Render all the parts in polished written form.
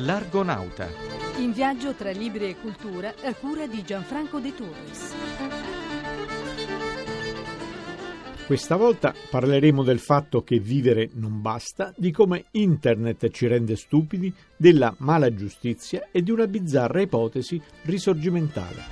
L'Argonauta. In viaggio tra libri e cultura a cura di Gianfranco De Torres. Questa volta parleremo del fatto che vivere non basta, di come internet ci rende stupidi, della mala giustizia e di una bizzarra ipotesi risorgimentale.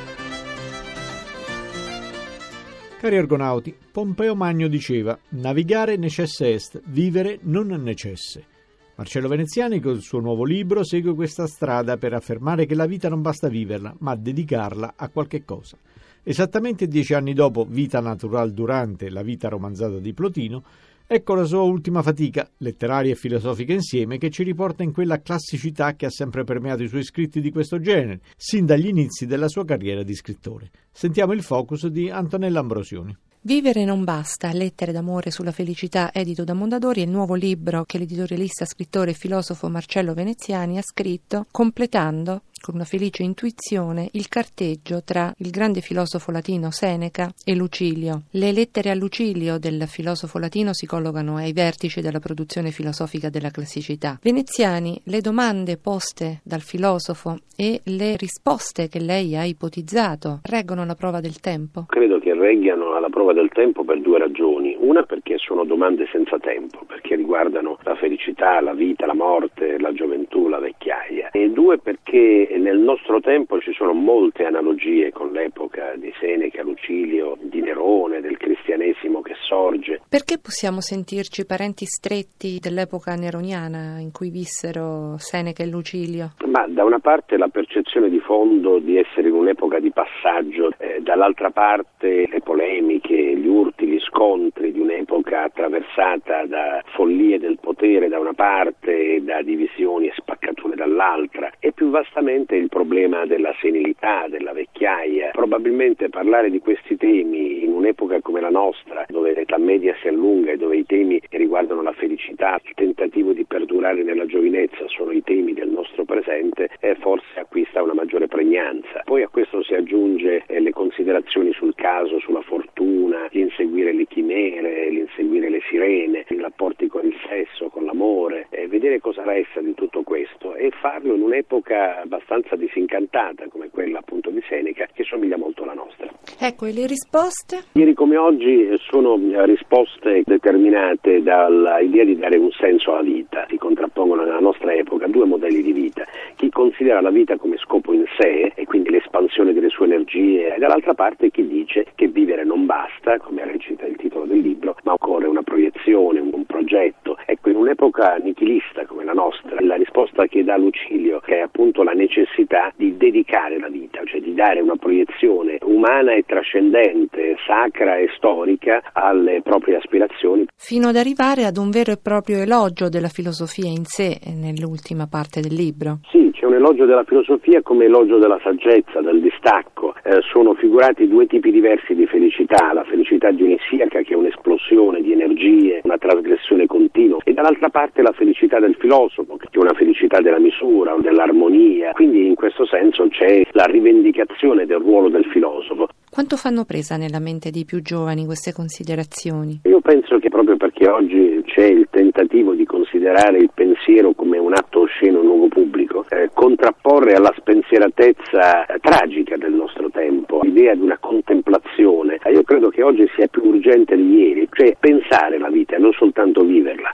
Cari argonauti, Pompeo Magno diceva «Navigare necesse est, vivere non necesse». Marcello Veneziani col suo nuovo libro segue questa strada per affermare che la vita non basta viverla, ma dedicarla a qualche cosa. Esattamente 10 anni dopo Vita natural durante, la vita romanzata di Plotino, ecco la sua ultima fatica, letteraria e filosofica insieme, che ci riporta in quella classicità che ha sempre permeato i suoi scritti di questo genere, sin dagli inizi della sua carriera di scrittore. Sentiamo il focus di Antonella Ambrosioni. Vivere non basta, lettere d'amore sulla felicità, edito da Mondadori, è il nuovo libro che l'editorialista, scrittore e filosofo Marcello Veneziani ha scritto, completando, con una felice intuizione, il carteggio tra il grande filosofo latino Seneca e Lucilio. Le lettere a Lucilio del filosofo latino si collocano ai vertici della produzione filosofica della classicità. Veneziani, le domande poste dal filosofo e le risposte che lei ha ipotizzato reggono la prova del tempo? Credo che reggano alla prova del tempo per due ragioni. Una, perché sono domande senza tempo, perché riguardano la felicità, la vita, la morte, la gioventù, la vecchiaia. E due, perché nel nostro tempo ci sono molte analogie con l'epoca di Seneca, Lucilio, di Nerone, del cristianesimo che sorge. Perché possiamo sentirci parenti stretti dell'epoca neroniana in cui vissero Seneca e Lucilio? Ma da una parte la percezione di fondo di essere in un'epoca di passaggio, dall'altra parte le polemiche, gli urti, gli scontri di un'epoca attraversata da follie del potere da una parte e da divisioni e spaccature dall'altra, e più vastamente il problema della senilità, della vecchiaia. Probabilmente parlare di questi temi in un'epoca come la nostra, dove l'età media si allunga e dove i temi che riguardano la felicità, il tentativo di perdurare nella giovinezza sono i temi del nostro presente, forse acquista una maggiore pregnanza. Poi a questo si aggiunge le considerazioni sul caso, sulla fortuna, l'inseguire le chimere, l'inseguire le sirene, i rapporti con il sesso, con l'amore, vedere cosa resta di tutto questo e farlo in un'epoca abbastanza disincantata come quella appunto di Seneca, che somiglia molto alla nostra. Ecco, e le risposte? Ieri come oggi sono risposte determinate dall'idea di dare un senso alla vita. Si contrappongono nella nostra epoca due modelli di vita: chi considera la vita come scopo in sé e quindi l'espansione delle sue energie, e dall'altra parte chi dice che vivere non basta, come recita il titolo del libro, ma occorre una proiezione, un progetto. Ecco, in un'epoca nichilista come la nostra, la risposta che dà Lucilio è appunto la necessità di dedicare la vita, cioè di dare una proiezione umana e trascendente, sacra e storica alle proprie aspirazioni. Fino ad arrivare ad un vero e proprio elogio della filosofia in sé nell'ultima parte del libro. Sì, c'è un elogio della filosofia come elogio della saggezza, del distacco. Sono figurati due tipi diversi di felicità: la felicità dionisiaca, che è un'esplosione di energie, una trasgressione continua, e dall'altra parte la felicità del filosofo, che è una felicità della misura, dell'armonia. Quindi in questo senso c'è la rivendicazione del ruolo del filosofo. Quanto fanno presa nella mente dei più giovani queste considerazioni? Io penso che proprio perché oggi c'è il tentativo di considerare il pensiero come un atto osceno, un luogo pubblico, contrapporre alla spensieratezza tragica del nostro tempo l'idea di una contemplazione, io credo che oggi sia più urgente di ieri, cioè pensare la vita e non soltanto viverla.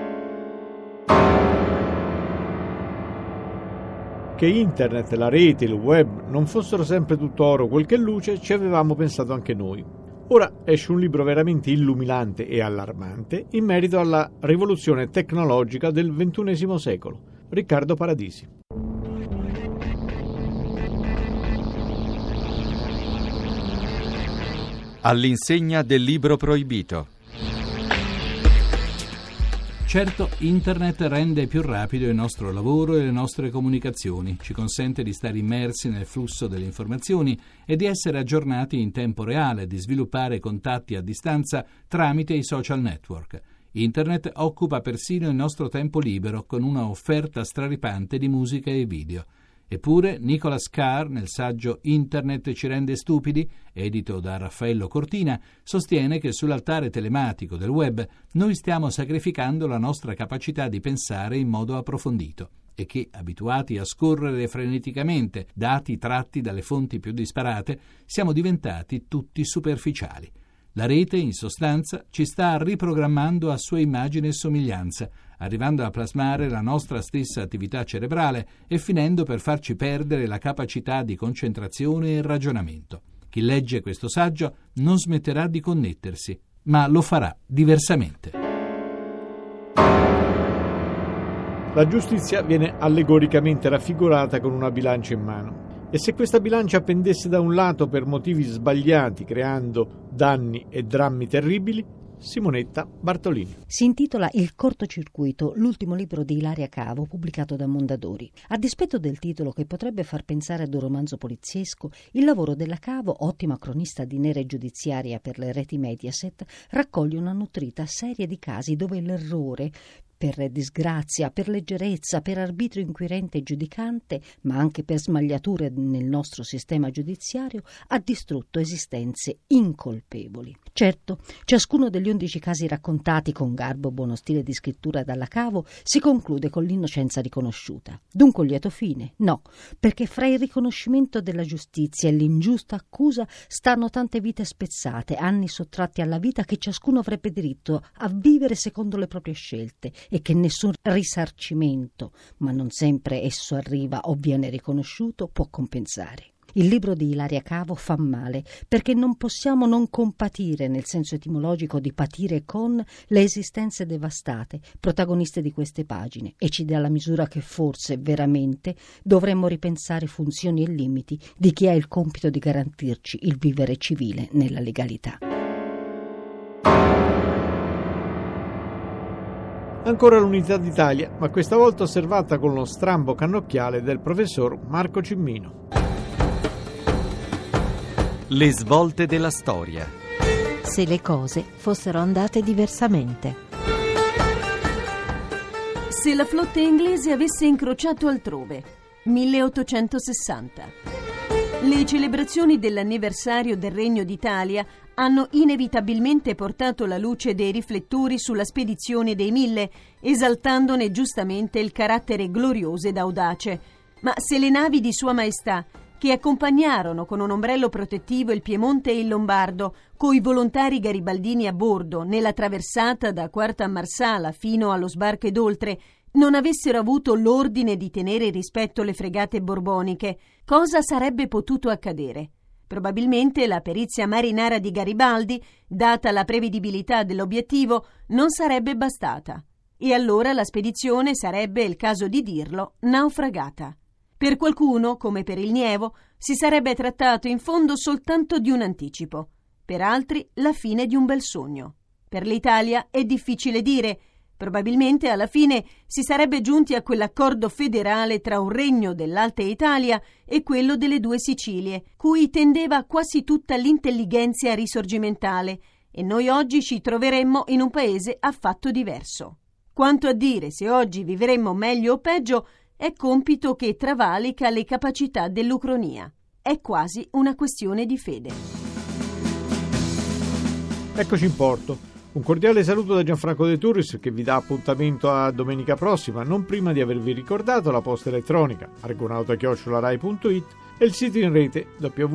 Che internet, la rete, il web non fossero sempre tutto oro quel che luce, ci avevamo pensato anche noi. Ora esce un libro veramente illuminante e allarmante in merito alla rivoluzione tecnologica del XXI secolo. Riccardo Paradisi. All'insegna del libro proibito. Certo, internet rende più rapido il nostro lavoro e le nostre comunicazioni, ci consente di stare immersi nel flusso delle informazioni e di essere aggiornati in tempo reale, di sviluppare contatti a distanza tramite i social network. Internet occupa persino il nostro tempo libero con una offerta straripante di musica e video. Eppure Nicholas Carr, nel saggio Internet ci rende stupidi, edito da Raffaello Cortina, sostiene che sull'altare telematico del web noi stiamo sacrificando la nostra capacità di pensare in modo approfondito. e che, abituati a scorrere freneticamente dati tratti dalle fonti più disparate, siamo diventati tutti superficiali. La rete, in sostanza, ci sta riprogrammando a sua immagine e somiglianza, arrivando a plasmare la nostra stessa attività cerebrale e finendo per farci perdere la capacità di concentrazione e ragionamento. Chi legge questo saggio non smetterà di connettersi, ma lo farà diversamente. La giustizia viene allegoricamente raffigurata con una bilancia in mano. E se questa bilancia pendesse da un lato per motivi sbagliati, creando danni e drammi terribili? Simonetta Bartolini. Si intitola Il cortocircuito, l'ultimo libro di Ilaria Cavo, pubblicato da Mondadori. A dispetto del titolo, che potrebbe far pensare ad un romanzo poliziesco, il lavoro della Cavo, ottima cronista di nera e giudiziaria per le reti Mediaset, raccoglie una nutrita serie di casi dove l'errore, per disgrazia, per leggerezza, per arbitrio inquirente e giudicante, ma anche per smagliature nel nostro sistema giudiziario, ha distrutto esistenze incolpevoli. Certo, ciascuno degli 11 casi raccontati con garbo e buono stile di scrittura dalla Cavo si conclude con l'innocenza riconosciuta. Dunque lieto fine? No, perché fra il riconoscimento della giustizia e l'ingiusta accusa stanno tante vite spezzate, anni sottratti alla vita che ciascuno avrebbe diritto a vivere secondo le proprie scelte, e che nessun risarcimento, ma non sempre esso arriva o viene riconosciuto, può compensare. Il libro di Ilaria Cavo fa male perché non possiamo non compatire, nel senso etimologico di patire con, le esistenze devastate, protagoniste di queste pagine, e ci dà la misura che forse veramente dovremmo ripensare funzioni e limiti di chi ha il compito di garantirci il vivere civile nella legalità. Ancora l'Unità d'Italia, ma questa volta osservata con lo strambo cannocchiale del professor Marco Cimmino. Le svolte della storia. Se le cose fossero andate diversamente. Se la flotta inglese avesse incrociato altrove. 1860. Le celebrazioni dell'anniversario del Regno d'Italia hanno inevitabilmente portato la luce dei riflettori sulla spedizione dei 1000, esaltandone giustamente il carattere glorioso ed audace. Ma se le navi di Sua Maestà, che accompagnarono con un ombrello protettivo il Piemonte e il Lombardo, coi volontari garibaldini a bordo, nella traversata da Quarta a Marsala fino allo sbarco ed oltre, non avessero avuto l'ordine di tenere in rispetto le fregate borboniche, cosa sarebbe potuto accadere? Probabilmente la perizia marinara di Garibaldi, data la prevedibilità dell'obiettivo, non sarebbe bastata. E allora la spedizione sarebbe, il caso di dirlo, naufragata. Per qualcuno, come per il Nievo, si sarebbe trattato in fondo soltanto di un anticipo. Per altri, la fine di un bel sogno. Per l'Italia è difficile dire. Probabilmente alla fine si sarebbe giunti a quell'accordo federale tra un regno dell'Alta Italia e quello delle due Sicilie, cui tendeva quasi tutta l'intellighenzia risorgimentale, e noi oggi ci troveremmo in un paese affatto diverso. Quanto a dire se oggi vivremmo meglio o peggio, è compito che travalica le capacità dell'Ucronia. È quasi una questione di fede. Eccoci in porto. Un cordiale saluto da Gianfranco De Turris, che vi dà appuntamento a domenica prossima, non prima di avervi ricordato la posta elettronica argonauta@rai.it e il sito in rete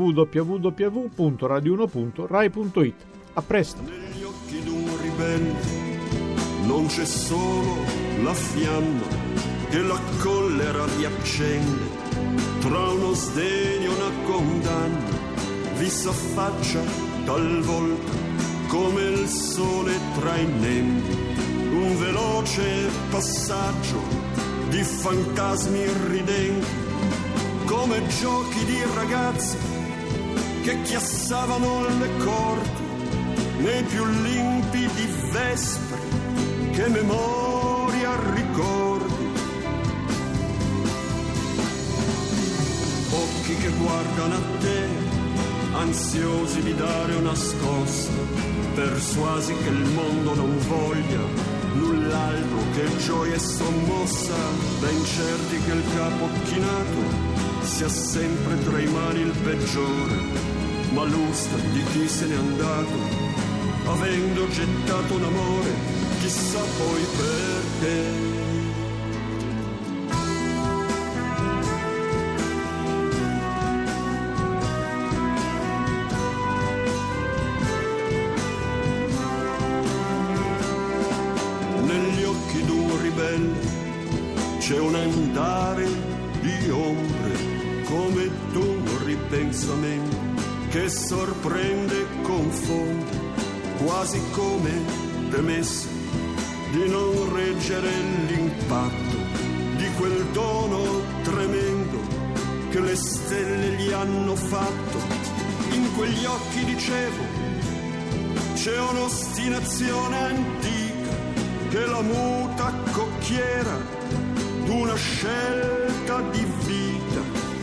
www.radio1.rai.it. A presto. Negli occhi d'un ribelle non c'è solo la fiamma che la collera riaccende, tra uno sdegno e una condanna vi s'affaccia talvolta come il sole tra i nembi, un veloce passaggio di fantasmi ridenti, come giochi di ragazzi che chiassavano le corti nei più limpidi vespri che memoria ricordi. Occhi che guardano a te, ansiosi di dare una scossa, persuasi che il mondo non voglia null'altro che gioia e sommossa, ben certi che il capo chinato sia sempre tra i mali il peggiore, ma lustra di chi se n'è andato, avendo gettato un amore, chissà poi perché. pensamento che sorprende e confonde, quasi come temesse di non reggere l'impatto di quel dono tremendo che le stelle gli hanno fatto. In quegli occhi, dicevo, c'è un'ostinazione antica che la muta cocchiera d'una scelta di vita.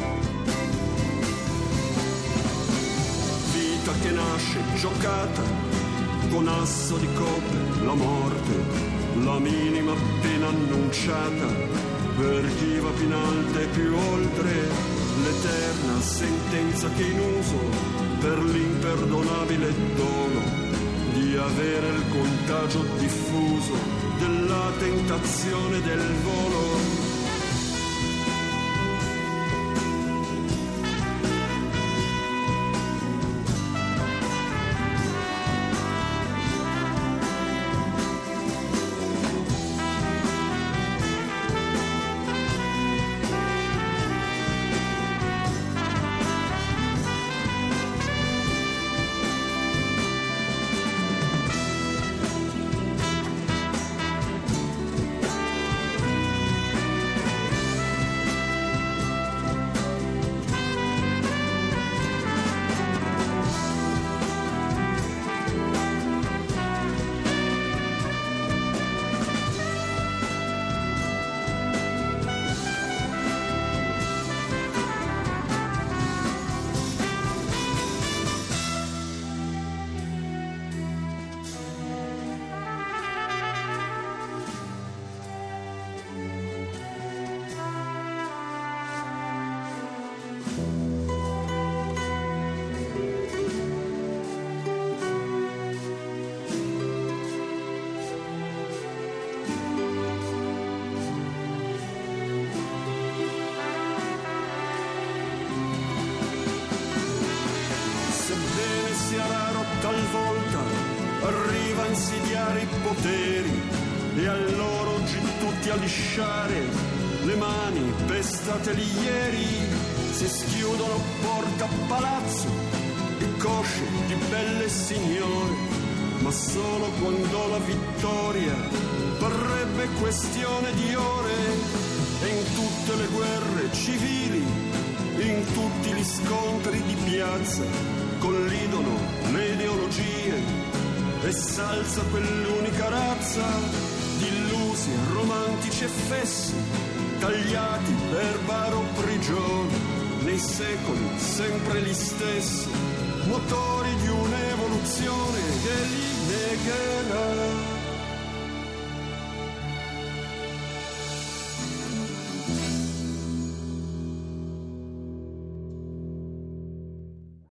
Vita che nasce giocata con asso di coppe, la morte, la minima appena annunciata, per chi va più in alto e più oltre, l'eterna sentenza che in uso per l'imperdonabile dono di avere il contagio diffuso della tentazione del volo. Talvolta arriva a insidiare i poteri e allora oggi tutti a lisciare le mani pestate lì ieri, si schiudono porta a palazzo e cosce di belle signore, ma solo quando la vittoria parrebbe questione di ore. E in tutte le guerre civili, in tutti gli scontri di piazza, collidono le ideologie e s'alza quell'unica razza di illusi, romantici e fessi, tagliati per baro prigione, nei secoli sempre gli stessi, motori di un'evoluzione che li